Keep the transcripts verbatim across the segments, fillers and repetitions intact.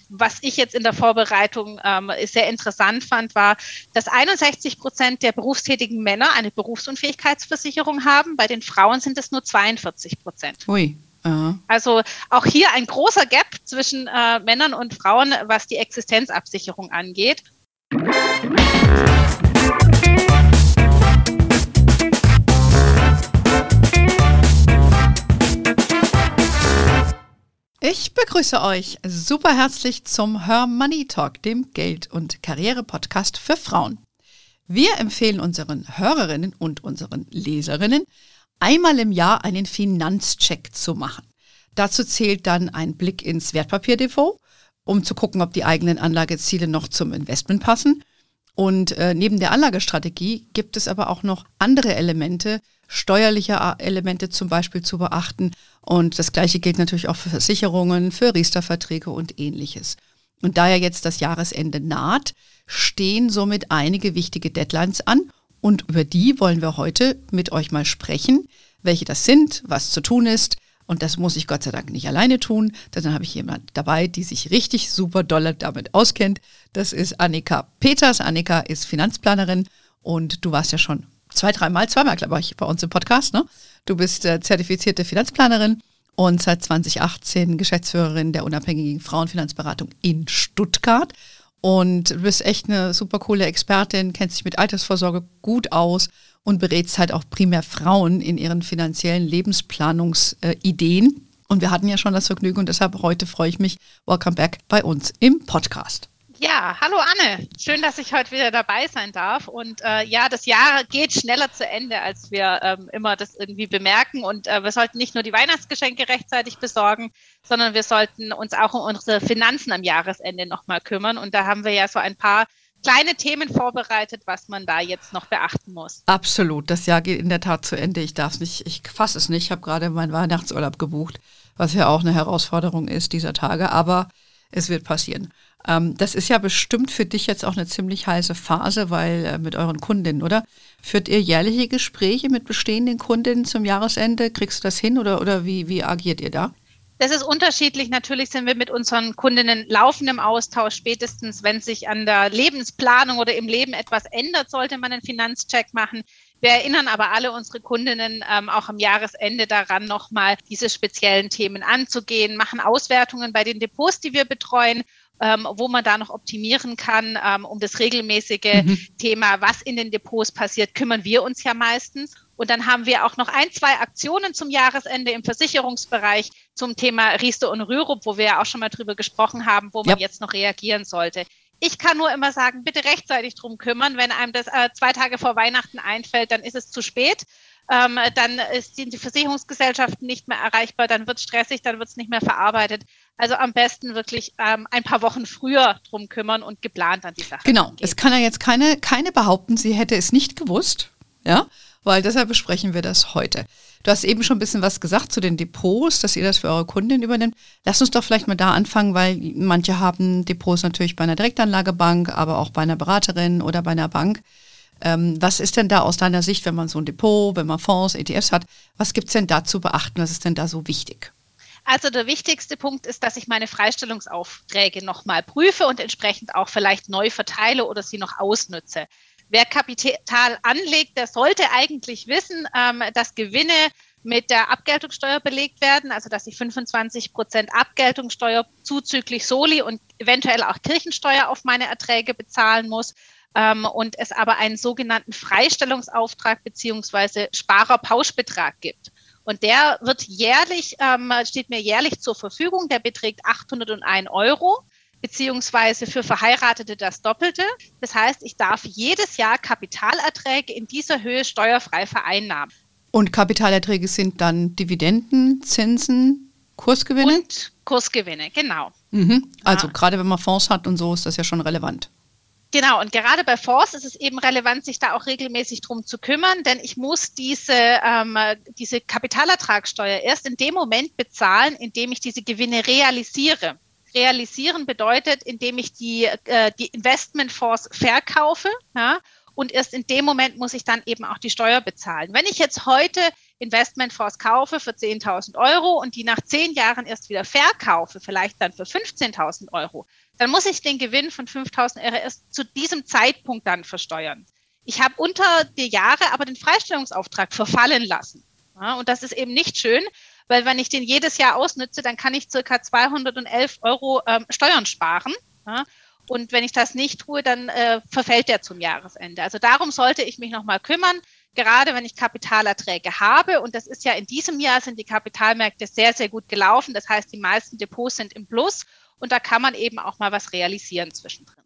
was ich jetzt in der Vorbereitung ähm, sehr interessant fand, war, dass einundsechzig Prozent der berufstätigen Männer eine Berufsunfähigkeitsversicherung haben. Bei den Frauen sind es nur zweiundvierzig Prozent. Ui. Aha. Also auch hier ein großer Gap zwischen äh, Männern und Frauen, was die Existenzabsicherung angeht. Ich begrüße euch super herzlich zum Her Money Talk, dem Geld- und Karriere-Podcast für Frauen. Wir empfehlen unseren Hörerinnen und unseren Leserinnen, einmal im Jahr einen Finanzcheck zu machen. Dazu zählt dann ein Blick ins Wertpapierdepot, um zu gucken, ob die eigenen Anlageziele noch zum Investment passen. Und äh, neben der Anlagestrategie gibt es aber auch noch andere Elemente, steuerliche Elemente zum Beispiel zu beachten. Und das Gleiche gilt natürlich auch für Versicherungen, für Riester-Verträge und Ähnliches. Und da ja jetzt das Jahresende naht, stehen somit einige wichtige Deadlines an. Und über die wollen wir heute mit euch mal sprechen, welche das sind, was zu tun ist. Und das muss ich Gott sei Dank nicht alleine tun, denn dann habe ich jemand dabei, die sich richtig super doll damit auskennt. Das ist Annika Peters. Annika ist Finanzplanerin und du warst ja schon zwei, dreimal, zweimal, glaube ich, bei uns im Podcast, ne? Du bist äh, zertifizierte Finanzplanerin und seit zwanzig achtzehn Geschäftsführerin der unabhängigen Frauenfinanzberatung in Stuttgart. Und du bist echt eine super coole Expertin, kennst dich mit Altersvorsorge gut aus und berätst halt auch primär Frauen in ihren finanziellen Lebensplanungsideen. Äh, und wir hatten ja schon das Vergnügen und deshalb heute freue ich mich, welcome back bei uns im Podcast. Ja, hallo Anne. Schön, dass ich heute wieder dabei sein darf. Und äh, ja, das Jahr geht schneller zu Ende, als wir ähm, immer das irgendwie bemerken. Und äh, wir sollten nicht nur die Weihnachtsgeschenke rechtzeitig besorgen, sondern wir sollten uns auch um unsere Finanzen am Jahresende nochmal kümmern. Und da haben wir ja so ein paar kleine Themen vorbereitet, was man da jetzt noch beachten muss. Absolut. Das Jahr geht in der Tat zu Ende. Ich darf es nicht, ich fasse es nicht. Ich habe gerade meinen Weihnachtsurlaub gebucht, was ja auch eine Herausforderung ist dieser Tage. Aber es wird passieren. Ähm, das ist ja bestimmt für dich jetzt auch eine ziemlich heiße Phase, weil äh, mit euren Kundinnen, oder? Führt ihr jährliche Gespräche mit bestehenden Kundinnen zum Jahresende? Kriegst du das hin oder, oder wie, wie agiert ihr da? Das ist unterschiedlich. Natürlich sind wir mit unseren Kundinnen laufend im Austausch. Spätestens, wenn sich an der Lebensplanung oder im Leben etwas ändert, sollte man einen Finanzcheck machen. Wir erinnern aber alle unsere Kundinnen ähm, auch am Jahresende daran, nochmal diese speziellen Themen anzugehen, machen Auswertungen bei den Depots, die wir betreuen, ähm, wo man da noch optimieren kann. Ähm, um das regelmäßige mhm. Thema, was in den Depots passiert, kümmern wir uns ja meistens. Und dann haben wir auch noch ein, zwei Aktionen zum Jahresende im Versicherungsbereich zum Thema Riester und Rürup, wo wir ja auch schon mal drüber gesprochen haben, wo man ja. jetzt noch reagieren sollte. Ich kann nur immer sagen, bitte rechtzeitig drum kümmern. Wenn einem das äh, zwei Tage vor Weihnachten einfällt, dann ist es zu spät. Ähm, dann ist, sind die Versicherungsgesellschaften nicht mehr erreichbar, dann wird es stressig, dann wird es nicht mehr verarbeitet. Also am besten wirklich ähm, ein paar Wochen früher drum kümmern und geplant an die Sache. Genau, angehen. Es kann ja jetzt keine, keine behaupten, sie hätte es nicht gewusst, ja, weil deshalb besprechen wir das heute. Du hast eben schon ein bisschen was gesagt zu den Depots, dass ihr das für eure Kunden übernimmt. Lass uns doch vielleicht mal da anfangen, weil manche haben Depots natürlich bei einer Direktanlagebank, aber auch bei einer Beraterin oder bei einer Bank. Ähm, was ist denn da aus deiner Sicht, wenn man so ein Depot, wenn man Fonds, E T Fs hat, was gibt es denn da zu beachten? Was ist denn da so wichtig? Also der wichtigste Punkt ist, dass ich meine Freistellungsaufträge nochmal prüfe und entsprechend auch vielleicht neu verteile oder sie noch ausnütze. Wer Kapital anlegt, der sollte eigentlich wissen, ähm, dass Gewinne mit der Abgeltungssteuer belegt werden, also dass ich fünfundzwanzig Prozent Abgeltungssteuer zuzüglich Soli und eventuell auch Kirchensteuer auf meine Erträge bezahlen muss ähm, und es aber einen sogenannten Freistellungsauftrag bzw. Sparerpauschbetrag gibt. Und der wird jährlich, ähm, steht mir jährlich zur Verfügung, der beträgt achthunderteins Euro. Beziehungsweise für Verheiratete das Doppelte. Das heißt, ich darf jedes Jahr Kapitalerträge in dieser Höhe steuerfrei vereinnahmen. Und Kapitalerträge sind dann Dividenden, Zinsen, Kursgewinne? Und Kursgewinne, genau. Mhm. Also ja. Gerade wenn man Fonds hat und so, ist das ja schon relevant. Genau, und gerade bei Fonds ist es eben relevant, sich da auch regelmäßig drum zu kümmern, denn ich muss diese, ähm, diese Kapitalertragssteuer erst in dem Moment bezahlen, in dem ich diese Gewinne realisiere. Realisieren bedeutet, indem ich die, äh, die Investmentfonds verkaufe, ja, und erst in dem Moment muss ich dann eben auch die Steuer bezahlen. Wenn ich jetzt heute Investmentfonds kaufe für zehntausend Euro und die nach zehn Jahren erst wieder verkaufe, vielleicht dann für fünfzehntausend Euro, dann muss ich den Gewinn von fünftausend Euro erst zu diesem Zeitpunkt dann versteuern. Ich habe unter die Jahre aber den Freistellungsauftrag verfallen lassen. Ja, und das ist eben nicht schön, weil wenn ich den jedes Jahr ausnütze, dann kann ich circa zweihundertelf Euro ähm, Steuern sparen. Ja, und wenn ich das nicht tue, dann äh, verfällt der zum Jahresende. Also darum sollte ich mich nochmal kümmern, gerade wenn ich Kapitalerträge habe. Und das ist ja in diesem Jahr, sind die Kapitalmärkte sehr, sehr gut gelaufen. Das heißt, die meisten Depots sind im Plus und da kann man eben auch mal was realisieren zwischendrin.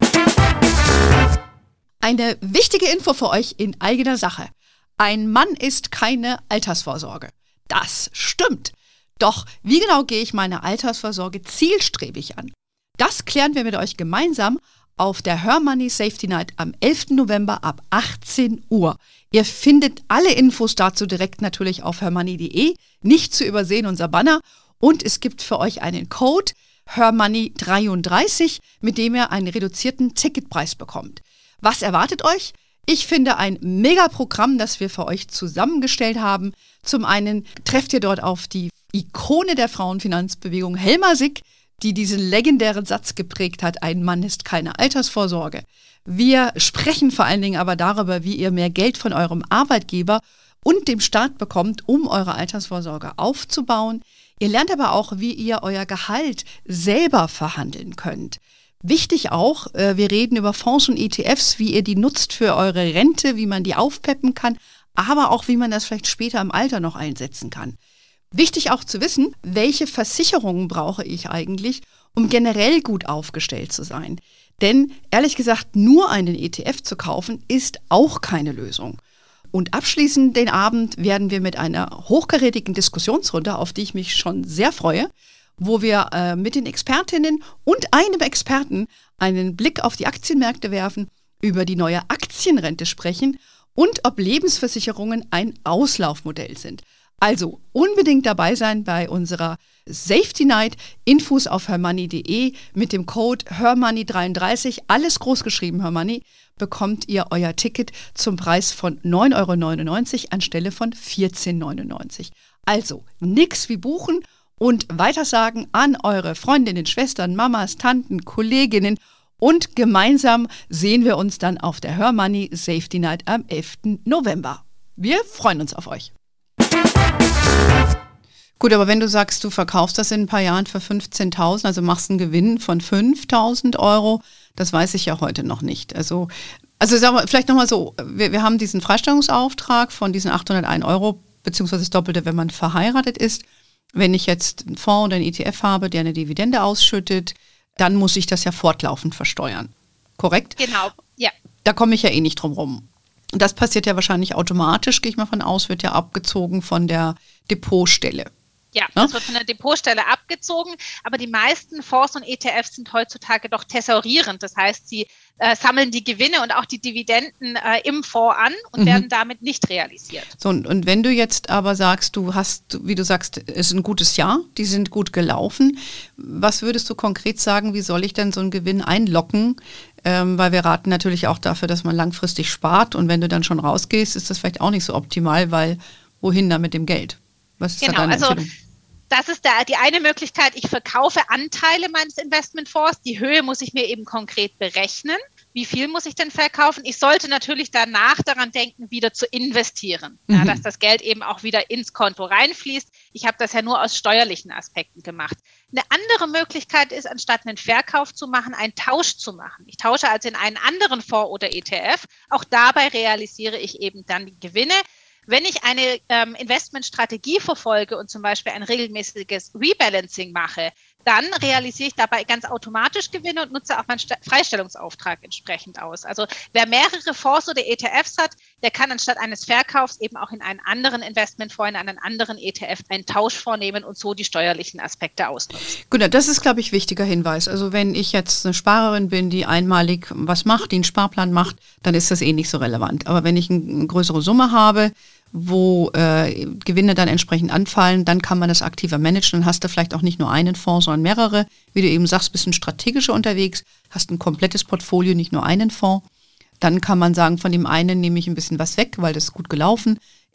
Eine wichtige Info für euch in eigener Sache. Ein Mann ist keine Altersvorsorge. Das stimmt. Doch wie genau gehe ich meine Altersvorsorge zielstrebig an? Das klären wir mit euch gemeinsam auf der Her Money Safety Night am elften November ab achtzehn Uhr. Ihr findet alle Infos dazu direkt natürlich auf hermoney punkt de. Nicht zu übersehen unser Banner. Und es gibt für euch einen Code hermoney dreiunddreißig, mit dem ihr einen reduzierten Ticketpreis bekommt. Was erwartet euch? Ich finde ein Mega-Programm, das wir für euch zusammengestellt haben. Zum einen trefft ihr dort auf die Ikone der Frauenfinanzbewegung Helma Sick, die diesen legendären Satz geprägt hat, ein Mann ist keine Altersvorsorge. Wir sprechen vor allen Dingen aber darüber, wie ihr mehr Geld von eurem Arbeitgeber und dem Staat bekommt, um eure Altersvorsorge aufzubauen. Ihr lernt aber auch, wie ihr euer Gehalt selber verhandeln könnt. Wichtig auch, wir reden über Fonds und E T Fs, wie ihr die nutzt für eure Rente, wie man die aufpeppen kann, aber auch wie man das vielleicht später im Alter noch einsetzen kann. Wichtig auch zu wissen, welche Versicherungen brauche ich eigentlich, um generell gut aufgestellt zu sein. Denn ehrlich gesagt, nur einen E T F zu kaufen, ist auch keine Lösung. Und abschließend den Abend werden wir mit einer hochkarätigen Diskussionsrunde, auf die ich mich schon sehr freue, wo wir äh, mit den Expertinnen und einem Experten einen Blick auf die Aktienmärkte werfen, über die neue Aktienrente sprechen und ob Lebensversicherungen ein Auslaufmodell sind. Also unbedingt dabei sein bei unserer Safety Night. Infos auf hermoney punkt de mit dem Code hermoney dreiunddreißig, alles groß geschrieben Hermoney, bekommt ihr euer Ticket zum Preis von neun Euro neunundneunzig anstelle von vierzehn Euro neunundneunzig. Also nix wie buchen und weitersagen an eure Freundinnen, Schwestern, Mamas, Tanten, Kolleginnen und gemeinsam sehen wir uns dann auf der Her Money Safety Night am elften November. Wir freuen uns auf euch. Gut, aber wenn du sagst, du verkaufst das in ein paar Jahren für fünfzehntausend, also machst einen Gewinn von fünftausend Euro, das weiß ich ja heute noch nicht. Also, also sagen wir, vielleicht nochmal so, wir, wir haben diesen Freistellungsauftrag von diesen achthundertein Euro, beziehungsweise das Doppelte, wenn man verheiratet ist. Wenn ich jetzt einen Fonds oder einen E T F habe, der eine Dividende ausschüttet, dann muss ich das ja fortlaufend versteuern. Korrekt? Genau, ja. Da komme ich ja eh nicht drum rum. Und das passiert ja wahrscheinlich automatisch, gehe ich mal von aus, wird ja abgezogen von der Depotstelle. Ja, das wird von der Depotstelle abgezogen, aber die meisten Fonds und E T Fs sind heutzutage doch thesaurierend. Das heißt, sie äh, sammeln die Gewinne und auch die Dividenden äh, im Fonds an und mhm. werden damit nicht realisiert. So, und, und wenn du jetzt aber sagst, du hast, wie du sagst, es ist ein gutes Jahr, die sind gut gelaufen, was würdest du konkret sagen, wie soll ich denn so einen Gewinn einlocken? Ähm, weil wir raten natürlich auch dafür, dass man langfristig spart und wenn du dann schon rausgehst, ist das vielleicht auch nicht so optimal, weil wohin da mit dem Geld? Was ist genau, da deine also Empfehlung? Das ist da die eine Möglichkeit. Ich verkaufe Anteile meines Investmentfonds. Die Höhe muss ich mir eben konkret berechnen. Wie viel muss ich denn verkaufen? Ich sollte natürlich danach daran denken, wieder zu investieren, mhm. ja, dass das Geld eben auch wieder ins Konto reinfließt. Ich habe das ja nur aus steuerlichen Aspekten gemacht. Eine andere Möglichkeit ist, anstatt einen Verkauf zu machen, einen Tausch zu machen. Ich tausche also in einen anderen Fonds oder E T F. Auch dabei realisiere ich eben dann die Gewinne. Wenn ich eine ähm, Investmentstrategie verfolge und zum Beispiel ein regelmäßiges Rebalancing mache, dann realisiere ich dabei ganz automatisch Gewinne und nutze auch meinen St- Freistellungsauftrag entsprechend aus. Also wer mehrere Fonds oder E T Fs hat, der kann anstatt eines Verkaufs eben auch in einen anderen Investmentfonds, in einen anderen E T F einen Tausch vornehmen und so die steuerlichen Aspekte ausnutzen. Gut, das ist, glaube ich, wichtiger Hinweis. Also wenn ich jetzt eine Sparerin bin, die einmalig was macht, die einen Sparplan macht, dann ist das eh nicht so relevant. Aber wenn ich eine größere Summe habe, wo äh, Gewinne dann entsprechend anfallen, dann kann man das aktiver managen. Dann hast du vielleicht auch nicht nur einen Fonds, sondern mehrere. Wie du eben sagst, bist ein strategischer unterwegs, hast ein komplettes Portfolio, nicht nur einen Fonds. Dann kann man sagen, von dem einen nehme ich ein bisschen was weg, weil das ist gut gelaufen.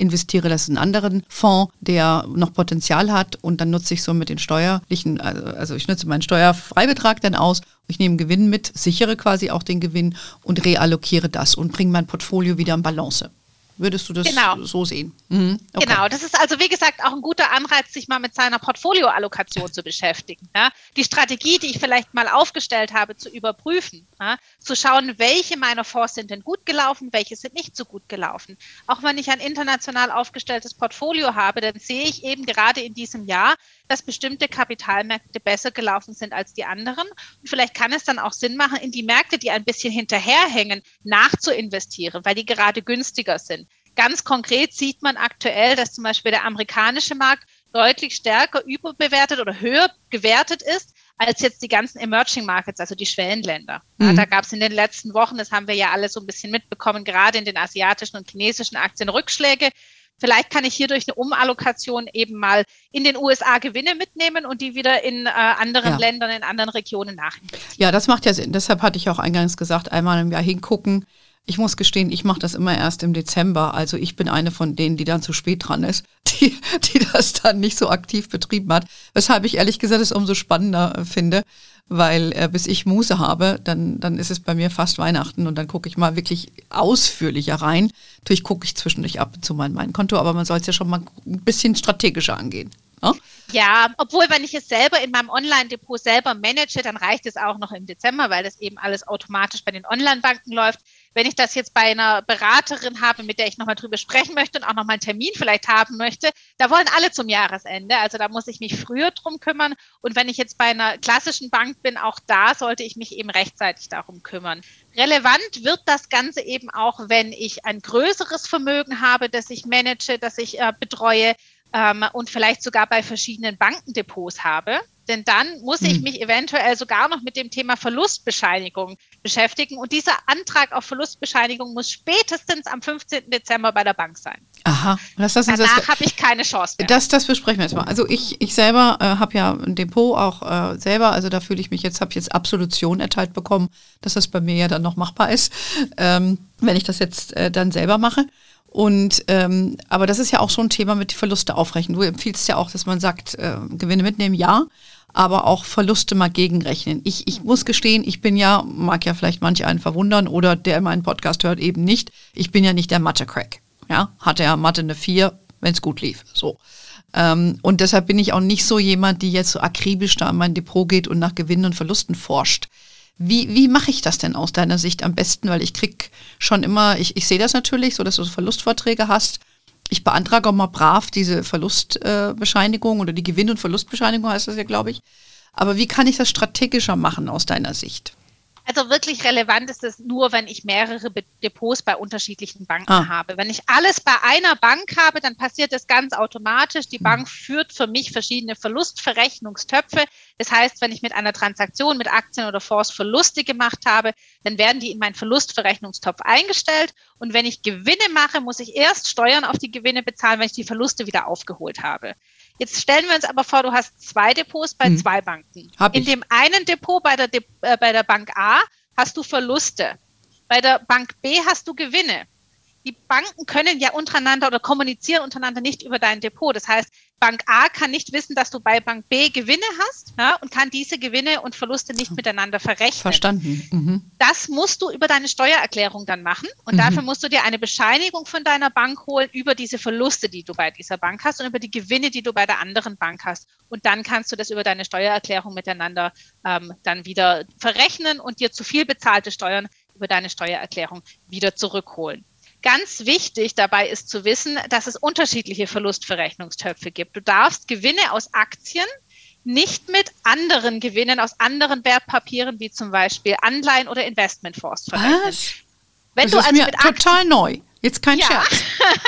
investiere das in einen anderen Fonds, der noch Potenzial hat und dann nutze ich so mit den steuerlichen, also ich nutze meinen Steuerfreibetrag dann aus, ich nehme Gewinn mit, sichere quasi auch den Gewinn und reallokiere das und bringe mein Portfolio wieder in Balance. Würdest du das genau. so sehen? Mhm. Okay. Genau, das ist also wie gesagt auch ein guter Anreiz, sich mal mit seiner Portfolioallokation zu beschäftigen. Ja? Die Strategie, die ich vielleicht mal aufgestellt habe, zu überprüfen, ja? Zu schauen, welche meiner Fonds sind denn gut gelaufen, welche sind nicht so gut gelaufen. Auch wenn ich ein international aufgestelltes Portfolio habe, dann sehe ich eben gerade in diesem Jahr, dass bestimmte Kapitalmärkte besser gelaufen sind als die anderen. Und vielleicht kann es dann auch Sinn machen, in die Märkte, die ein bisschen hinterherhängen, nachzuinvestieren, weil die gerade günstiger sind. Ganz konkret sieht man aktuell, dass zum Beispiel der amerikanische Markt deutlich stärker überbewertet oder höher gewertet ist als jetzt die ganzen Emerging Markets, also die Schwellenländer. Mhm. Ja, da gab es in den letzten Wochen, das haben wir ja alle so ein bisschen mitbekommen, gerade in den asiatischen und chinesischen Aktien Rückschläge. Vielleicht kann ich hier durch eine Umallokation eben mal in den U S A Gewinne mitnehmen und die wieder in äh, anderen ja. Ländern, in anderen Regionen nachinvestieren. Ja, das macht ja Sinn. Deshalb hatte ich auch eingangs gesagt, einmal im Jahr hingucken. Ich muss gestehen, ich mache das immer erst im Dezember. Also ich bin eine von denen, die dann zu spät dran ist, die, die das dann nicht so aktiv betrieben hat. Weshalb ich ehrlich gesagt es umso spannender finde, weil äh, bis ich Muße habe, dann, dann ist es bei mir fast Weihnachten und dann gucke ich mal wirklich ausführlicher rein. Natürlich gucke ich zwischendurch ab und zu mal in mein Konto, aber man soll es ja schon mal ein bisschen strategischer angehen. Ja? Ja, obwohl, wenn ich es selber in meinem Online-Depot selber manage, dann reicht es auch noch im Dezember, weil das eben alles automatisch bei den Online-Banken läuft. Wenn ich das jetzt bei einer Beraterin habe, mit der ich nochmal drüber sprechen möchte und auch nochmal einen Termin vielleicht haben möchte, da wollen alle zum Jahresende. Also da muss ich mich früher drum kümmern. Und wenn ich jetzt bei einer klassischen Bank bin, auch da sollte ich mich eben rechtzeitig darum kümmern. Relevant wird das Ganze eben auch, wenn ich ein größeres Vermögen habe, das ich manage, das ich äh, betreue, Ähm, und vielleicht sogar bei verschiedenen Bankendepots habe. Denn dann muss ich mich eventuell sogar noch mit dem Thema Verlustbescheinigung beschäftigen. Und dieser Antrag auf Verlustbescheinigung muss spätestens am fünfzehnten Dezember bei der Bank sein. Aha. Das, das, Danach habe ich keine Chance mehr. Das, das besprechen wir jetzt mal. Also ich, ich selber äh, habe ja ein Depot auch äh, selber. Also da fühle ich mich jetzt, habe ich jetzt Absolution erteilt bekommen, dass das bei mir ja dann noch machbar ist, ähm, wenn ich das jetzt äh, dann selber mache. Und ähm, aber das ist ja auch so ein Thema mit Verluste aufrechnen. Du empfiehlst ja auch, dass man sagt, äh, Gewinne mitnehmen, ja, aber auch Verluste mal gegenrechnen. Ich, ich muss gestehen, ich bin ja, mag ja vielleicht manche einen verwundern oder der meinen Podcast hört eben nicht, ich bin ja nicht der Mathe-Crack. Ja, hatte ja Mathe eine vier, wenn es gut lief. So. Ähm, und deshalb bin ich auch nicht so jemand, die jetzt so akribisch da an mein Depot geht und nach Gewinnen und Verlusten forscht. Wie, wie mache ich das denn aus deiner Sicht am besten? Weil ich krieg schon immer, ich, ich sehe das natürlich, so dass du Verlustvorträge hast. Ich beantrage auch mal brav diese Verlustbescheinigung äh, oder die Gewinn- und Verlustbescheinigung heißt das ja, glaube ich. Aber wie kann ich das strategischer machen aus deiner Sicht? Also wirklich relevant ist es nur, wenn ich mehrere Depots bei unterschiedlichen Banken ah. habe. Wenn ich alles bei einer Bank habe, dann passiert das ganz automatisch. Die Bank führt für mich verschiedene Verlustverrechnungstöpfe. Das heißt, wenn ich mit einer Transaktion mit Aktien oder Fonds Verluste gemacht habe, dann werden die in meinen Verlustverrechnungstopf eingestellt. Und wenn ich Gewinne mache, muss ich erst Steuern auf die Gewinne bezahlen, wenn ich die Verluste wieder aufgeholt habe. Jetzt stellen wir uns aber vor, du hast zwei Depots bei hm. zwei Banken. Hab in ich. dem einen Depot bei der, De- äh, bei der Bank A hast du Verluste. Bei der Bank B hast du Gewinne. Die Banken können ja untereinander oder kommunizieren untereinander nicht über dein Depot. Das heißt, Bank A kann nicht wissen, dass du bei Bank B Gewinne hast, ja, und kann diese Gewinne und Verluste nicht miteinander verrechnen. Verstanden. Mhm. Das musst du über deine Steuererklärung dann machen und mhm. dafür musst du dir eine Bescheinigung von deiner Bank holen über diese Verluste, die du bei dieser Bank hast und über die Gewinne, die du bei der anderen Bank hast. Und dann kannst du das über deine Steuererklärung miteinander ähm, dann wieder verrechnen und dir zu viel bezahlte Steuern über deine Steuererklärung wieder zurückholen. Ganz wichtig dabei ist zu wissen, dass es unterschiedliche Verlustverrechnungstöpfe gibt. Du darfst Gewinne aus Aktien nicht mit anderen Gewinnen aus anderen Wertpapieren, wie zum Beispiel Anleihen oder Investmentfonds verrechnen. Was? Wenn das du ist also mir mit Aktien, total neu. Jetzt kein ja, Scherz.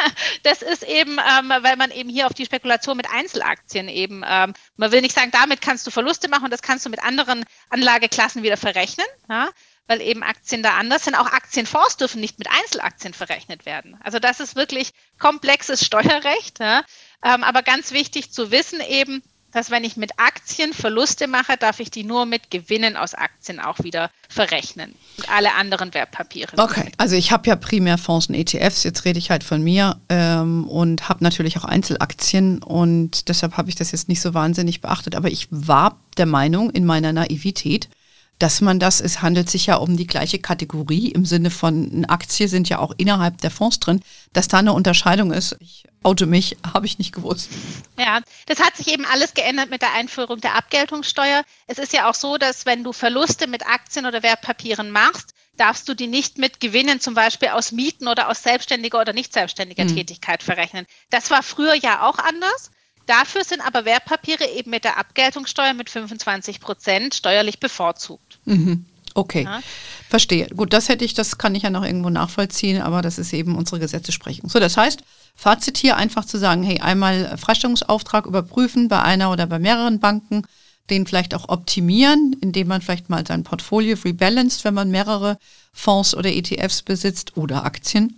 Das ist eben, ähm, weil man eben hier auf die Spekulation mit Einzelaktien eben, ähm, man will nicht sagen, damit kannst du Verluste machen und das kannst du mit anderen Anlageklassen wieder verrechnen, ja, weil eben Aktien da anders sind. Auch Aktienfonds dürfen nicht mit Einzelaktien verrechnet werden. Also das ist wirklich komplexes Steuerrecht, ja, ähm, aber ganz wichtig zu wissen eben, dass wenn ich mit Aktien Verluste mache, darf ich die nur mit Gewinnen aus Aktien auch wieder verrechnen. Und alle anderen Wertpapiere. Okay, also ich habe ja primär Fonds und E T Fs, jetzt rede ich halt von mir ähm, und habe natürlich auch Einzelaktien und deshalb habe ich das jetzt nicht so wahnsinnig beachtet. Aber ich war der Meinung in meiner Naivität, dass man das, es handelt sich ja um die gleiche Kategorie im Sinne von eine Aktie sind ja auch innerhalb der Fonds drin, dass da eine Unterscheidung ist. Ich oute mich, habe ich nicht gewusst. Ja, das hat sich eben alles geändert mit der Einführung der Abgeltungssteuer. Es ist ja auch so, dass wenn du Verluste mit Aktien oder Wertpapieren machst, darfst du die nicht mit Gewinnen zum Beispiel aus Mieten oder aus selbstständiger oder nicht selbstständiger hm. Tätigkeit verrechnen. Das war früher ja auch anders. Dafür sind aber Wertpapiere eben mit der Abgeltungssteuer mit fünfundzwanzig Prozent steuerlich bevorzugt. Mhm. Okay, ja. Verstehe. Gut, das hätte ich, das kann ich ja noch irgendwo nachvollziehen, aber das ist eben unsere Gesetzesprechung. So, das heißt, Fazit hier einfach zu sagen, hey, einmal Freistellungsauftrag überprüfen bei einer oder bei mehreren Banken, den vielleicht auch optimieren, indem man vielleicht mal sein Portfolio rebalanced, wenn man mehrere Fonds oder E T Fs besitzt oder Aktien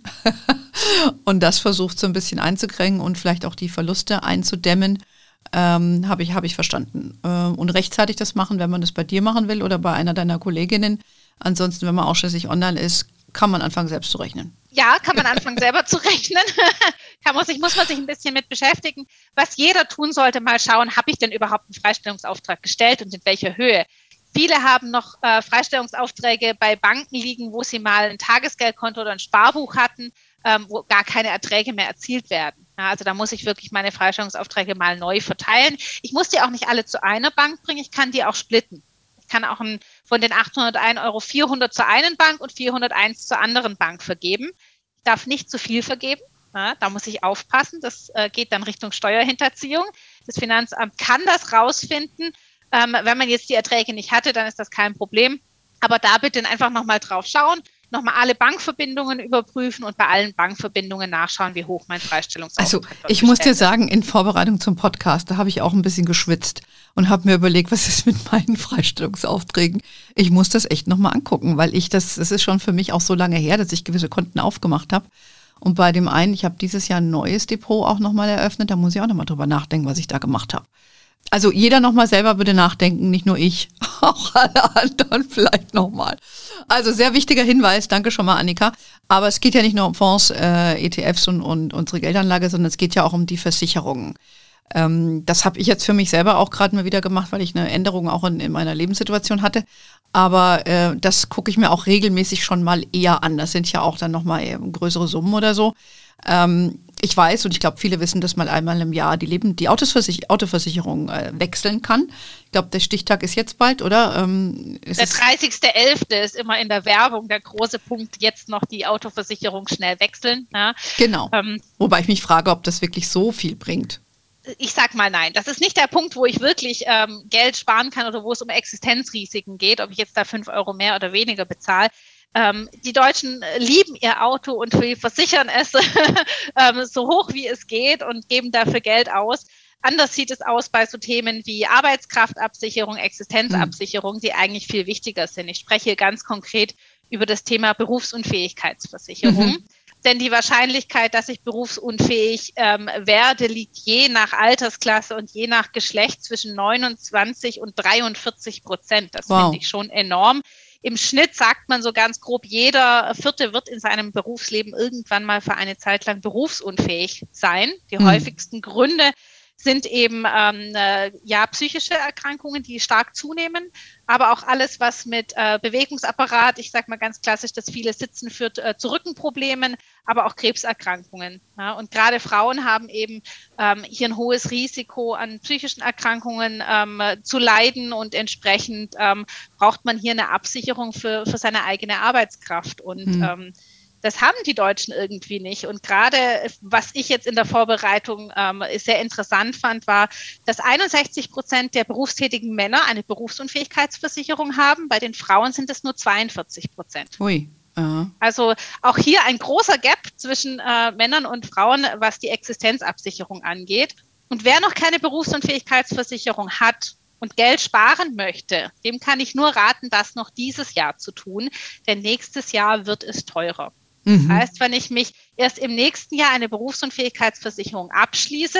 und das versucht so ein bisschen einzukriegen und vielleicht auch die Verluste einzudämmen, ähm, habe ich, hab ich verstanden. Äh, und rechtzeitig das machen, wenn man das bei dir machen will oder bei einer deiner Kolleginnen. Ansonsten, wenn man ausschließlich online ist, kann man anfangen selbst zu rechnen. Ja, kann man anfangen selber zu rechnen. kann man sich, muss man sich ein bisschen mit beschäftigen. Was jeder tun sollte, mal schauen, habe ich denn überhaupt einen Freistellungsauftrag gestellt und in welcher Höhe? Viele haben noch äh, Freistellungsaufträge bei Banken liegen, wo sie mal ein Tagesgeldkonto oder ein Sparbuch hatten, ähm, wo gar keine Erträge mehr erzielt werden. Ja, also da muss ich wirklich meine Freistellungsaufträge mal neu verteilen. Ich muss die auch nicht alle zu einer Bank bringen, ich kann die auch splitten. Ich kann auch ein, von den achthunderteins Euro vierhundert zur einen Bank und vierhunderteins zur anderen Bank vergeben. Ich darf nicht zu viel vergeben. Ja, da muss ich aufpassen. Das äh, geht dann Richtung Steuerhinterziehung. Das Finanzamt kann das rausfinden. Ähm, wenn man jetzt die Erträge nicht hatte, dann ist das kein Problem. Aber da bitte einfach nochmal drauf schauen, nochmal alle Bankverbindungen überprüfen und bei allen Bankverbindungen nachschauen, wie hoch mein Freistellungsauftrag ist. Also ich muss dir sagen, in Vorbereitung zum Podcast, da habe ich auch ein bisschen geschwitzt und habe mir überlegt, was ist mit meinen Freistellungsaufträgen. Ich muss das echt nochmal angucken, weil ich das, das ist schon für mich auch so lange her, dass ich gewisse Konten aufgemacht habe. Und bei dem einen, ich habe dieses Jahr ein neues Depot auch nochmal eröffnet, da muss ich auch nochmal drüber nachdenken, was ich da gemacht habe. Also jeder nochmal selber bitte nachdenken, nicht nur ich, auch alle anderen vielleicht nochmal. Also sehr wichtiger Hinweis, danke schon mal Annika. Aber es geht ja nicht nur um Fonds, äh, E T Fs und, und unsere Geldanlage, sondern es geht ja auch um die Versicherungen. Ähm, das habe ich jetzt für mich selber auch gerade mal wieder gemacht, weil ich eine Änderung auch in, in meiner Lebenssituation hatte. Aber äh, das gucke ich mir auch regelmäßig schon mal eher an. Das sind ja auch dann nochmal größere Summen oder so. Ähm, ich weiß und ich glaube, viele wissen, dass man einmal im Jahr die Leben, die Autoversich- Autoversicherung äh, wechseln kann. Ich glaube, der Stichtag ist jetzt bald, oder? Ähm, ist der dreißigster elfte ist immer in der Werbung der große Punkt, jetzt noch die Autoversicherung schnell wechseln. Ja. Genau. Ähm, Wobei ich mich frage, ob das wirklich so viel bringt. Ich sag mal nein. Das ist nicht der Punkt, wo ich wirklich ähm, Geld sparen kann oder wo es um Existenzrisiken geht, ob ich jetzt da fünf Euro mehr oder weniger bezahle. Ähm, die Deutschen lieben ihr Auto und versichern es ähm, so hoch wie es geht und geben dafür Geld aus. Anders sieht es aus bei so Themen wie Arbeitskraftabsicherung, Existenzabsicherung, die eigentlich viel wichtiger sind. Ich spreche hier ganz konkret über das Thema Berufsunfähigkeitsversicherung. Mhm. Denn die Wahrscheinlichkeit, dass ich berufsunfähig ähm, werde, liegt je nach Altersklasse und je nach Geschlecht zwischen neunundzwanzig und dreiundvierzig Prozent. Das wow. finde ich schon enorm. Im Schnitt sagt man so ganz grob, jeder Vierte wird in seinem Berufsleben irgendwann mal für eine Zeit lang berufsunfähig sein. Die hm. häufigsten Gründe sind eben ähm, äh, ja psychische Erkrankungen, die stark zunehmen, aber auch alles, was mit äh, Bewegungsapparat, ich sage mal ganz klassisch, das viele Sitzen führt äh, zu Rückenproblemen, aber auch Krebserkrankungen. Ja? Und gerade Frauen haben eben ähm, hier ein hohes Risiko an psychischen Erkrankungen ähm, zu leiden und entsprechend ähm, braucht man hier eine Absicherung für, für seine eigene Arbeitskraft und mhm. ähm, das haben die Deutschen irgendwie nicht. Und gerade, was ich jetzt in der Vorbereitung ähm, sehr interessant fand, war, dass einundsechzig Prozent der berufstätigen Männer eine Berufsunfähigkeitsversicherung haben. Bei den Frauen sind es nur zweiundvierzig Prozent. Ui. Uh-huh. Also auch hier ein großer Gap zwischen äh, Männern und Frauen, was die Existenzabsicherung angeht. Und wer noch keine Berufsunfähigkeitsversicherung hat und Geld sparen möchte, dem kann ich nur raten, das noch dieses Jahr zu tun. Denn nächstes Jahr wird es teurer. Das heißt, wenn ich mich erst im nächsten Jahr eine Berufsunfähigkeitsversicherung abschließe,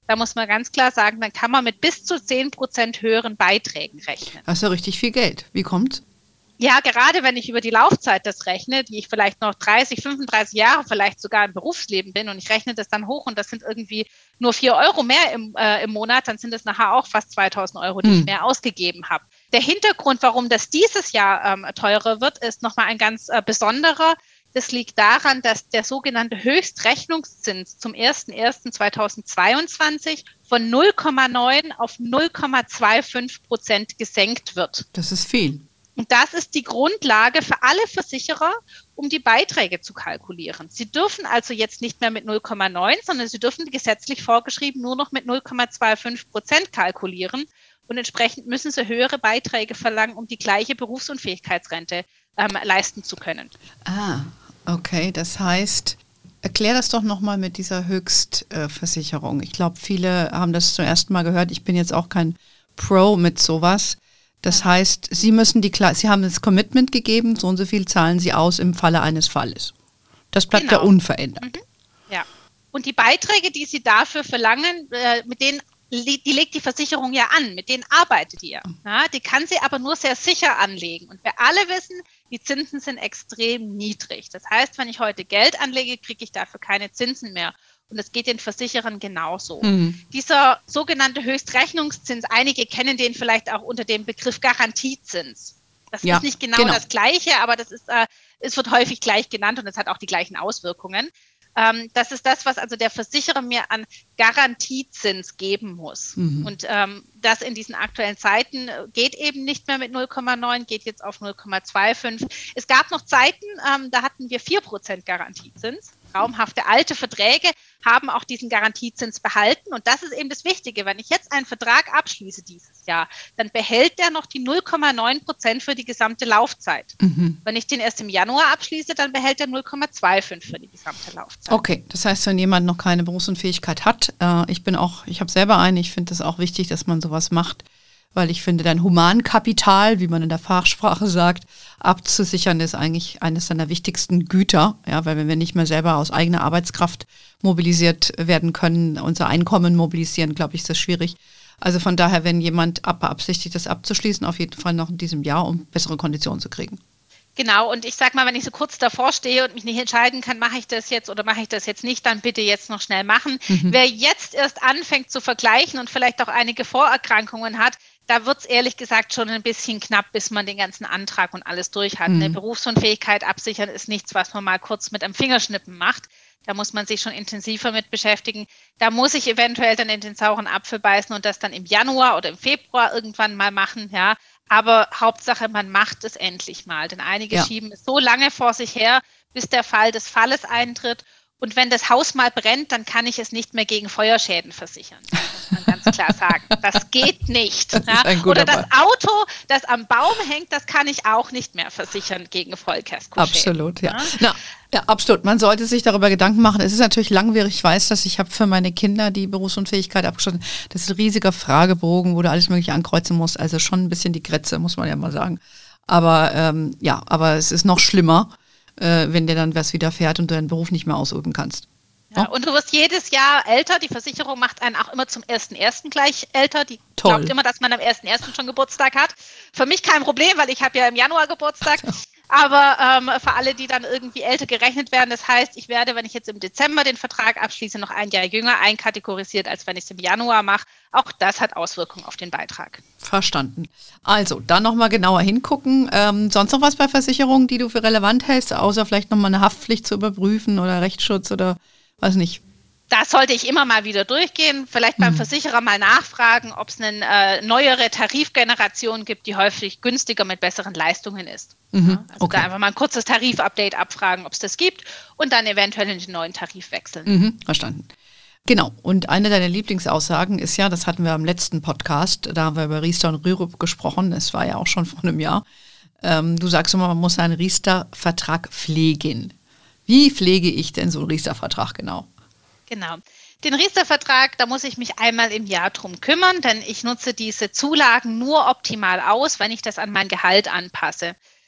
Da muss man ganz klar sagen, dann kann man mit bis zu zehn Prozent höheren Beiträgen rechnen. Das ist ja richtig viel Geld. Wie kommt's? Ja, gerade wenn ich über die Laufzeit das rechne, die ich vielleicht noch dreißig, fünfunddreißig Jahre vielleicht sogar im Berufsleben bin und ich rechne das dann hoch und das sind irgendwie nur vier Euro mehr im, äh, im Monat, dann sind es nachher auch fast zweitausend Euro, die hm. ich mehr ausgegeben habe. Der Hintergrund, warum das dieses Jahr ähm, teurer wird, ist nochmal ein ganz äh, besonderer. Das liegt daran, dass der sogenannte Höchstrechnungszins zum ersten ersten zweitausendzweiundzwanzig von null Komma neun auf null Komma fünfundzwanzig Prozent gesenkt wird. Das ist viel. Und das ist die Grundlage für alle Versicherer, um die Beiträge zu kalkulieren. Sie dürfen also jetzt nicht mehr mit null Komma neun, sondern sie dürfen gesetzlich vorgeschrieben nur noch mit null Komma fünfundzwanzig Prozent kalkulieren. Und entsprechend müssen sie höhere Beiträge verlangen, um die gleiche Berufsunfähigkeitsrente ähm, leisten zu können. Ah, okay. Das heißt, erklär das doch nochmal mit dieser Höchstversicherung. Ich glaube, viele haben das zum ersten Mal gehört. Ich bin jetzt auch kein Pro mit sowas. Das heißt, Sie müssen die, Sie haben das Commitment gegeben, so und so viel zahlen Sie aus im Falle eines Falles. Das bleibt genau. ja unverändert. Mhm. Ja. Und die Beiträge, die Sie dafür verlangen, äh, mit denen die legt die Versicherung ja an, mit denen arbeitet ihr. Ja, die kann sie aber nur sehr sicher anlegen. Und wir alle wissen, die Zinsen sind extrem niedrig. Das heißt, wenn ich heute Geld anlege, kriege ich dafür keine Zinsen mehr. Und das geht den Versicherern genauso. Mhm. Dieser sogenannte Höchstrechnungszins, einige kennen den vielleicht auch unter dem Begriff Garantiezins. Das ja, ist nicht genau, genau das Gleiche, aber das ist, äh, es wird häufig gleich genannt und es hat auch die gleichen Auswirkungen. Ähm, das ist das, was also der Versicherer mir an Garantiezins geben muss. Mhm. Und ähm, das in diesen aktuellen Zeiten geht eben nicht mehr mit null Komma neun, geht jetzt auf null Komma fünfundzwanzig. Es gab noch Zeiten, ähm, da hatten wir vier Prozent Garantiezins. Traumhafte alte Verträge haben auch diesen Garantiezins behalten. Und das ist eben das Wichtige. Wenn ich jetzt einen Vertrag abschließe dieses Jahr, dann behält der noch die null Komma neun Prozent für die gesamte Laufzeit. Mhm. Wenn ich den erst im Januar abschließe, dann behält er null Komma fünfundzwanzig für die gesamte Laufzeit. Okay, das heißt, wenn jemand noch keine Berufsunfähigkeit hat, äh, ich bin auch, ich habe selber eine, ich finde es auch wichtig, dass man sowas macht, weil ich finde, dein Humankapital, wie man in der Fachsprache sagt, abzusichern, ist eigentlich eines deiner wichtigsten Güter. Ja, weil wenn wir nicht mehr selber aus eigener Arbeitskraft mobilisiert werden können, unser Einkommen mobilisieren, glaube ich, ist das schwierig. Also von daher, wenn jemand beabsichtigt, das abzuschließen, auf jeden Fall noch in diesem Jahr, um bessere Konditionen zu kriegen. Genau, und ich sage mal, wenn ich so kurz davor stehe und mich nicht entscheiden kann, mache ich das jetzt oder mache ich das jetzt nicht, dann bitte jetzt noch schnell machen. Mhm. Wer jetzt erst anfängt zu vergleichen und vielleicht auch einige Vorerkrankungen hat, da wird es ehrlich gesagt schon ein bisschen knapp, bis man den ganzen Antrag und alles durch hat. Mhm. Eine Berufsunfähigkeit absichern ist nichts, was man mal kurz mit einem Fingerschnippen macht. Da muss man sich schon intensiver mit beschäftigen. Da muss ich eventuell dann in den sauren Apfel beißen und das dann im Januar oder im Februar irgendwann mal machen, ja. Aber Hauptsache, man macht es endlich mal. Denn einige ja. schieben es so lange vor sich her, bis der Fall des Falles eintritt. Und wenn das Haus mal brennt, dann kann ich es nicht mehr gegen Feuerschäden versichern. Das muss man ganz klar sagen. Das geht nicht. Das ja? Oder das Auto, das am Baum hängt, das kann ich auch nicht mehr versichern gegen Vollkaskoschäden. Absolut, ja. ja? Na, ja, absolut. Man sollte sich darüber Gedanken machen. Es ist natürlich langwierig. Ich weiß, dass ich habe für meine Kinder die Berufsunfähigkeit abgeschlossen. Das ist ein riesiger Fragebogen, wo du alles Mögliche ankreuzen musst. Also schon ein bisschen die Grätze, muss man ja mal sagen. Aber ähm, ja, aber es ist noch schlimmer, äh, wenn dir dann was widerfährt und du deinen Beruf nicht mehr ausüben kannst. Ja, und du wirst jedes Jahr älter. Die Versicherung macht einen auch immer zum ersten ersten gleich älter. Die Toll. Glaubt immer, dass man am ersten ersten schon Geburtstag hat. Für mich kein Problem, weil ich habe ja im Januar Geburtstag. Aber ähm, für alle, die dann irgendwie älter gerechnet werden, das heißt, ich werde, wenn ich jetzt im Dezember den Vertrag abschließe, noch ein Jahr jünger einkategorisiert, als wenn ich es im Januar mache. Auch das hat Auswirkungen auf den Beitrag. Verstanden. Also, dann nochmal genauer hingucken. Ähm, sonst noch was bei Versicherungen, die du für relevant hältst, außer vielleicht nochmal eine Haftpflicht zu überprüfen oder Rechtsschutz oder weiß nicht? Das sollte ich immer mal wieder durchgehen, vielleicht beim mhm. Versicherer mal nachfragen, ob es eine äh, neuere Tarifgeneration gibt, die häufig günstiger mit besseren Leistungen ist. Mhm. Ja, also okay. Da einfach mal ein kurzes Tarifupdate abfragen, ob es das gibt und dann eventuell in den neuen Tarif wechseln. Mhm. Verstanden. Genau, und eine deiner Lieblingsaussagen ist ja, das hatten wir am letzten Podcast, da haben wir über Riester und Rürup gesprochen, das war ja auch schon vor einem Jahr. Ähm, du sagst immer, man muss einen Riester-Vertrag pflegen. Wie pflege ich denn so einen Riester-Vertrag genau? Genau. Den Riester-Vertrag, da muss ich mich einmal im Jahr drum kümmern, denn ich nutze diese Zulagen nur optimal aus, wenn ich das an mein Gehalt anpasse.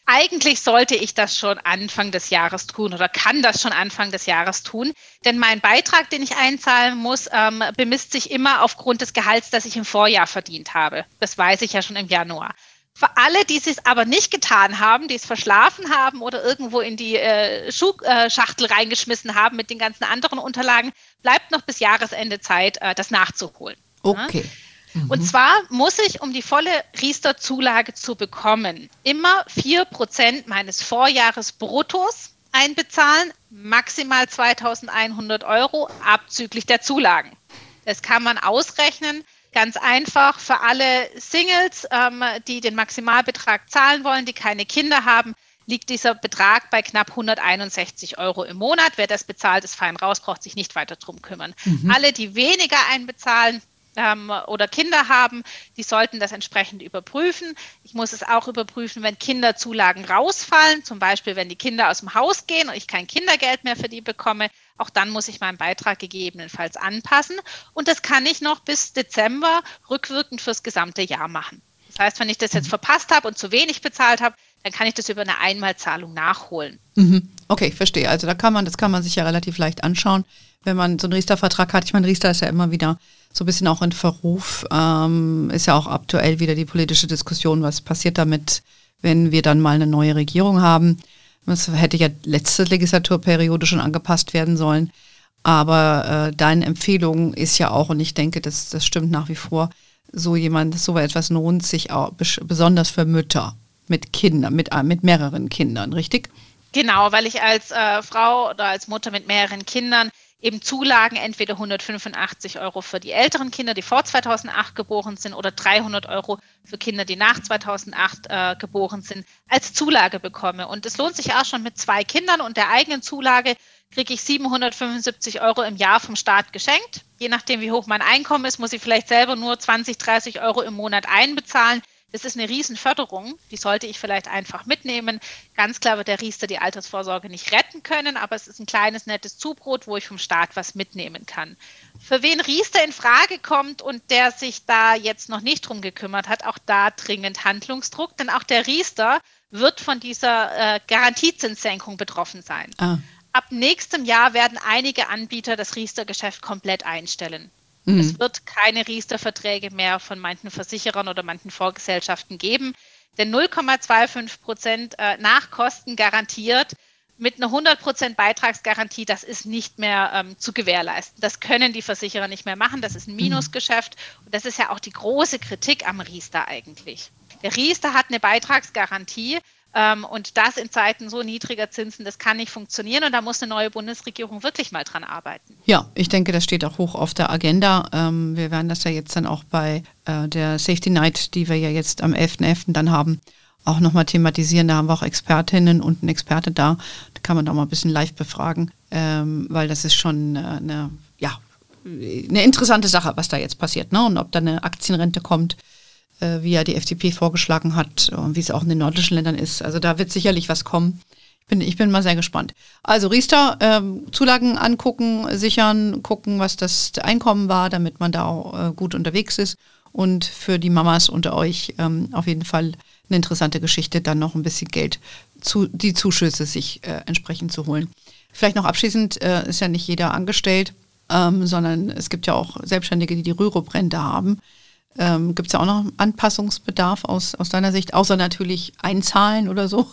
Eigentlich sollte ich das schon Anfang des Jahres tun oder kann das schon Anfang des Jahres tun, denn mein Beitrag, den ich einzahlen muss, ähm, bemisst sich immer aufgrund des Gehalts, das ich im Vorjahr verdient habe. Das weiß ich ja schon im Januar. Für alle, die es aber nicht getan haben, die es verschlafen haben oder irgendwo in die äh, Schuhschachtel reingeschmissen haben mit den ganzen anderen Unterlagen, bleibt noch bis Jahresende Zeit, äh, das nachzuholen. Okay. Ja? Mhm. Und zwar muss ich, um die volle Riester-Zulage zu bekommen, immer vier Prozent meines Vorjahres Bruttos einbezahlen, maximal zweitausendeinhundert Euro abzüglich der Zulagen. Das kann man ausrechnen. Ganz einfach für alle Singles, ähm, die den Maximalbetrag zahlen wollen, die keine Kinder haben, liegt dieser Betrag bei knapp hunderteinundsechzig Euro im Monat. Wer das bezahlt, ist fein raus, braucht sich nicht weiter drum kümmern. Mhm. Alle, die weniger einbezahlen ähm, oder Kinder haben, die sollten das entsprechend überprüfen. Ich muss es auch überprüfen, wenn Kinderzulagen rausfallen, zum Beispiel wenn die Kinder aus dem Haus gehen und ich kein Kindergeld mehr für die bekomme. Auch dann muss ich meinen Beitrag gegebenenfalls anpassen. Und das kann ich noch bis Dezember rückwirkend fürs gesamte Jahr machen. Das heißt, wenn ich das jetzt verpasst habe und zu wenig bezahlt habe, dann kann ich das über eine Einmalzahlung nachholen. Mhm. Okay, verstehe. Also da kann man, das kann man sich ja relativ leicht anschauen, wenn man so einen Riester-Vertrag hat. Ich meine, Riester ist ja immer wieder so ein bisschen auch in Verruf. Ähm, ist ja auch aktuell wieder die politische Diskussion, was passiert damit, wenn wir dann mal eine neue Regierung haben. Das hätte ja letzte Legislaturperiode schon angepasst werden sollen. Aber äh, deine Empfehlung ist ja auch, und ich denke, das, das stimmt nach wie vor, so jemand, so etwas lohnt sich auch, besonders für Mütter mit Kindern, mit, mit mehreren Kindern, richtig? Genau, weil ich als äh, Frau oder als Mutter mit mehreren Kindern eben Zulagen entweder hundertfünfundachtzig Euro für die älteren Kinder, die vor zweitausendacht geboren sind, oder dreihundert Euro für Kinder, die nach zweitausendacht äh, geboren sind, als Zulage bekomme. Und es lohnt sich auch schon mit zwei Kindern und der eigenen Zulage kriege ich siebenhundertfünfundsiebzig Euro im Jahr vom Staat geschenkt. Je nachdem, wie hoch mein Einkommen ist, muss ich vielleicht selber nur zwanzig, dreißig Euro im Monat einbezahlen. Das ist eine Riesenförderung, die sollte ich vielleicht einfach mitnehmen. Ganz klar wird der Riester die Altersvorsorge nicht retten können, aber es ist ein kleines, nettes Zubrot, wo ich vom Staat was mitnehmen kann. Für wen Riester in Frage kommt und der sich da jetzt noch nicht drum gekümmert hat, auch da dringend Handlungsdruck, denn auch der Riester wird von dieser äh, Garantiezinssenkung betroffen sein. Ah. Ab nächstem Jahr werden einige Anbieter das Riester-Geschäft komplett einstellen. Mhm. Es wird keine Riester-Verträge mehr von manchen Versicherern oder manchen Vorgesellschaften geben, denn null Komma fünfundzwanzig Prozent äh, Nachkosten garantiert mit einer hundert Prozent Beitragsgarantie, das ist nicht mehr ähm, zu gewährleisten. Das können die Versicherer nicht mehr machen, das ist ein Minusgeschäft und das ist ja auch die große Kritik am Riester eigentlich. Der Riester hat eine Beitragsgarantie, ähm, und das in Zeiten so niedriger Zinsen, das kann nicht funktionieren und da muss eine neue Bundesregierung wirklich mal dran arbeiten. Ja, ich denke, das steht auch hoch auf der Agenda. Ähm, wir werden das ja jetzt dann auch bei äh, der Safety Night, die wir ja jetzt am elften elften dann haben, auch nochmal thematisieren. Da haben wir auch Expertinnen und einen Experte da. Da kann man doch mal ein bisschen live befragen, ähm, weil das ist schon äh, eine, ja, eine interessante Sache, was da jetzt passiert, ne? Und ob da eine Aktienrente kommt, äh, wie ja die F D P vorgeschlagen hat und wie es auch in den nordischen Ländern ist. Also da wird sicherlich was kommen. Ich bin, ich bin mal sehr gespannt. Also Riester, ähm, Zulagen angucken, sichern, gucken, was das Einkommen war, damit man da auch äh, gut unterwegs ist. Und für die Mamas unter euch ähm, auf jeden Fall eine interessante Geschichte, dann noch ein bisschen Geld, zu, die Zuschüsse sich äh, entsprechend zu holen. Vielleicht noch abschließend, äh, ist ja nicht jeder angestellt, ähm, sondern es gibt ja auch Selbstständige, die die Rürup-Rente haben. Ähm, gibt es ja auch noch Anpassungsbedarf aus, aus deiner Sicht, außer natürlich einzahlen oder so?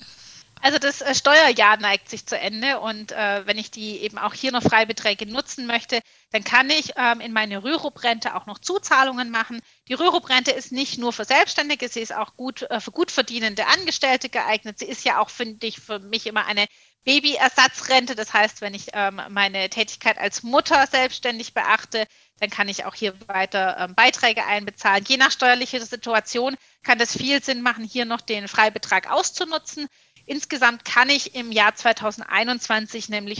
Also das äh, Steuerjahr neigt sich zu Ende und äh, wenn ich die eben auch hier noch Freibeträge nutzen möchte, dann kann ich ähm, in meine Rürup-Rente auch noch Zuzahlungen machen. Die Rürup-Rente ist nicht nur für Selbstständige, sie ist auch gut äh, für gut verdienende Angestellte geeignet. Sie ist ja auch, finde ich, für mich immer eine Babyersatzrente. Das heißt, wenn ich ähm, meine Tätigkeit als Mutter selbstständig beachte, dann kann ich auch hier weiter ähm, Beiträge einbezahlen. Je nach steuerlicher Situation kann das viel Sinn machen, hier noch den Freibetrag auszunutzen. Insgesamt kann ich im Jahr zweitausendeinundzwanzig nämlich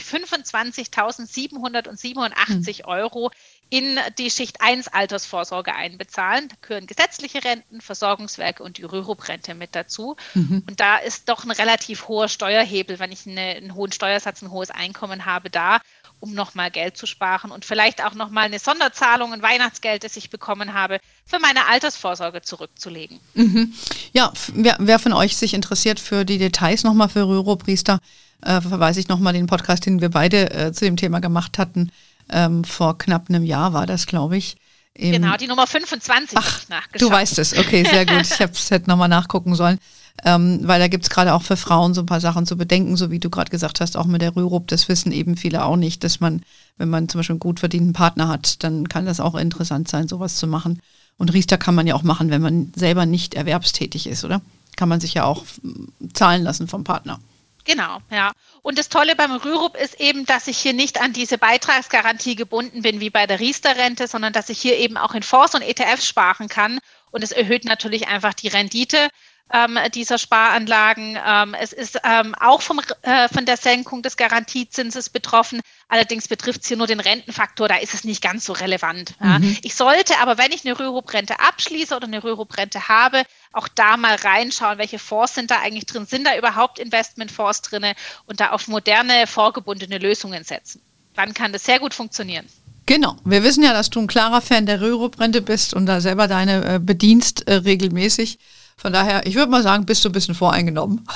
fünfundzwanzigtausendsiebenhundertsiebenundachtzig mhm. Euro in die Schicht eins Altersvorsorge einbezahlen. Da gehören gesetzliche Renten, Versorgungswerke und die Rürup-Rente mit dazu. Mhm. Und da ist doch ein relativ hoher Steuerhebel, wenn ich eine, einen hohen Steuersatz, ein hohes Einkommen habe, da. um nochmal Geld zu sparen und vielleicht auch nochmal eine Sonderzahlung, ein Weihnachtsgeld, das ich bekommen habe, für meine Altersvorsorge zurückzulegen. Mhm. Ja, wer, wer von euch sich interessiert für die Details nochmal für Rürup-Riester, äh, verweise ich nochmal den Podcast, den wir beide äh, zu dem Thema gemacht hatten. Ähm, vor knapp einem Jahr war das, glaube ich. Im Genau, die Nummer fünfundzwanzig habe ich nachgeschaut. Du weißt es, okay, sehr gut. Ich hätte nochmal nachgucken sollen, ähm, weil da gibt es gerade auch für Frauen so ein paar Sachen zu bedenken, so wie du gerade gesagt hast, auch mit der Rürup, das wissen eben viele auch nicht, dass man, wenn man zum Beispiel einen gut verdienten Partner hat, dann kann das auch interessant sein, sowas zu machen. Und Riester kann man ja auch machen, wenn man selber nicht erwerbstätig ist, oder? Kann man sich ja auch zahlen lassen vom Partner. Genau, ja. Und das Tolle beim Rürup ist eben, dass ich hier nicht an diese Beitragsgarantie gebunden bin wie bei der Riester-Rente, sondern dass ich hier eben auch in Fonds und E T Fs sparen kann. Und es erhöht natürlich einfach die Rendite ähm, dieser Sparanlagen. Ähm, es ist ähm, auch vom, äh, von der Senkung des Garantiezinses betroffen. Allerdings betrifft es hier nur den Rentenfaktor, da ist es nicht ganz so relevant. Ja. Mhm. Ich sollte aber, wenn ich eine Rürup-Rente abschließe oder eine Rürup-Rente habe, auch da mal reinschauen, welche Fonds sind da eigentlich drin, sind da überhaupt Investmentfonds drin und da auf moderne, vorgebundene Lösungen setzen. Dann kann das sehr gut funktionieren. Genau, wir wissen ja, dass du ein klarer Fan der Rürup-Rente bist und da selber deine äh, bedienst äh, regelmäßig. Von daher, ich würde mal sagen, bist du ein bisschen voreingenommen.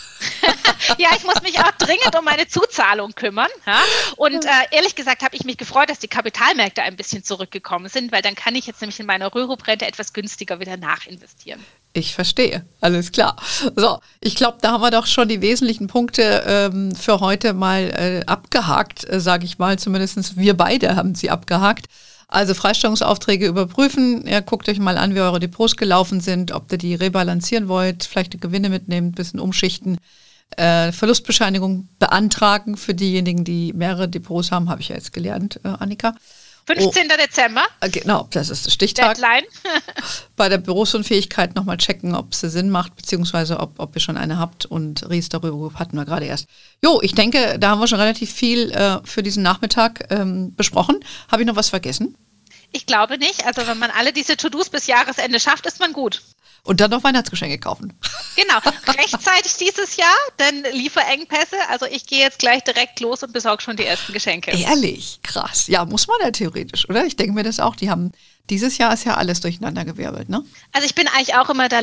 Ja, ich muss mich auch dringend um meine Zuzahlung kümmern. Ja? Und äh, ehrlich gesagt habe ich mich gefreut, dass die Kapitalmärkte ein bisschen zurückgekommen sind, weil dann kann ich jetzt nämlich in meiner Rürup-Rente etwas günstiger wieder nachinvestieren. Ich verstehe, alles klar. So, ich glaube, da haben wir doch schon die wesentlichen Punkte ähm, für heute mal äh, abgehakt, äh, sage ich mal. Zumindest wir beide haben sie abgehakt. Also Freistellungsaufträge überprüfen. Ja, guckt euch mal an, wie eure Depots gelaufen sind, ob ihr die rebalancieren wollt, vielleicht die Gewinne mitnehmen, ein bisschen umschichten. Äh, Verlustbescheinigung beantragen für diejenigen, die mehrere Depots haben, habe ich ja jetzt gelernt, äh, Annika. fünfzehnten Dezember. Äh, genau, das ist der Stichtag. Deadline. Bei der Berufsunfähigkeit nochmal checken, ob es Sinn macht, beziehungsweise ob, ob ihr schon eine habt. Und Riester Rürup hatten wir gerade erst. Jo, ich denke, da haben wir schon relativ viel äh, für diesen Nachmittag ähm, besprochen. Habe ich noch was vergessen? Ich glaube nicht. Also wenn man alle diese To-Dos bis Jahresende schafft, ist man gut. Und dann noch Weihnachtsgeschenke kaufen. Genau, rechtzeitig dieses Jahr, denn Lieferengpässe. Also ich gehe jetzt gleich direkt los und besorge schon die ersten Geschenke. Ehrlich? Krass. Ja, muss man ja theoretisch, oder? Ich denke mir das auch. Die haben, dieses Jahr ist ja alles durcheinander gewirbelt, ne? Also ich bin eigentlich auch immer der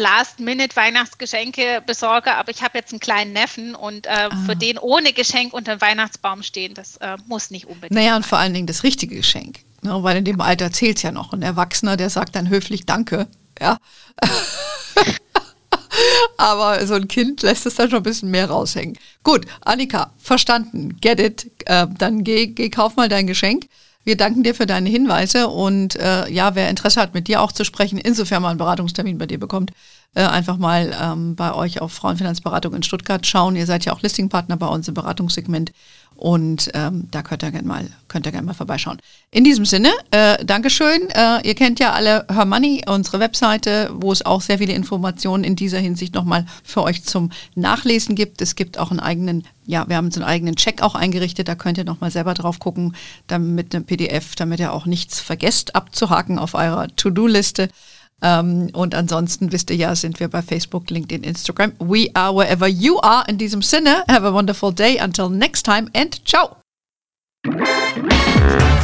Last-Minute-Weihnachtsgeschenke-Besorger, aber ich habe jetzt einen kleinen Neffen und äh, ah. für den ohne Geschenk unter dem Weihnachtsbaum stehen, das äh, muss nicht unbedingt Naja, und sein. vor allen Dingen das richtige Geschenk. Ne? Weil in dem Alter zählt es ja noch. Ein Erwachsener, der sagt dann höflich Danke. Ja. Aber so ein Kind lässt es dann schon ein bisschen mehr raushängen. Gut, Annika, verstanden, get it. Äh, dann geh, geh, kauf mal dein Geschenk. Wir danken dir für deine Hinweise und äh, ja, wer Interesse hat, mit dir auch zu sprechen, insofern mal einen Beratungstermin bei dir bekommt, äh, einfach mal ähm, bei euch auf Frauenfinanzberatung in Stuttgart schauen. Ihr seid ja auch Listingpartner bei uns im Beratungssegment und ähm, da könnt ihr gerne mal, könnt ihr gerne mal vorbeischauen. In diesem Sinne, äh, Dankeschön. Äh, ihr kennt ja alle Her Money, unsere Webseite, wo es auch sehr viele Informationen in dieser Hinsicht nochmal für euch zum Nachlesen gibt. Es gibt auch einen eigenen, ja, wir haben so einen eigenen Check auch eingerichtet, da könnt ihr nochmal selber drauf gucken, dann mit einem P D F, damit ihr auch nichts vergesst abzuhaken auf eurer To-Do-Liste. Um, und ansonsten wisst ihr ja, sind wir bei Facebook, LinkedIn, Instagram. We are wherever you are. In diesem Sinne, have a wonderful day. Until next time and ciao.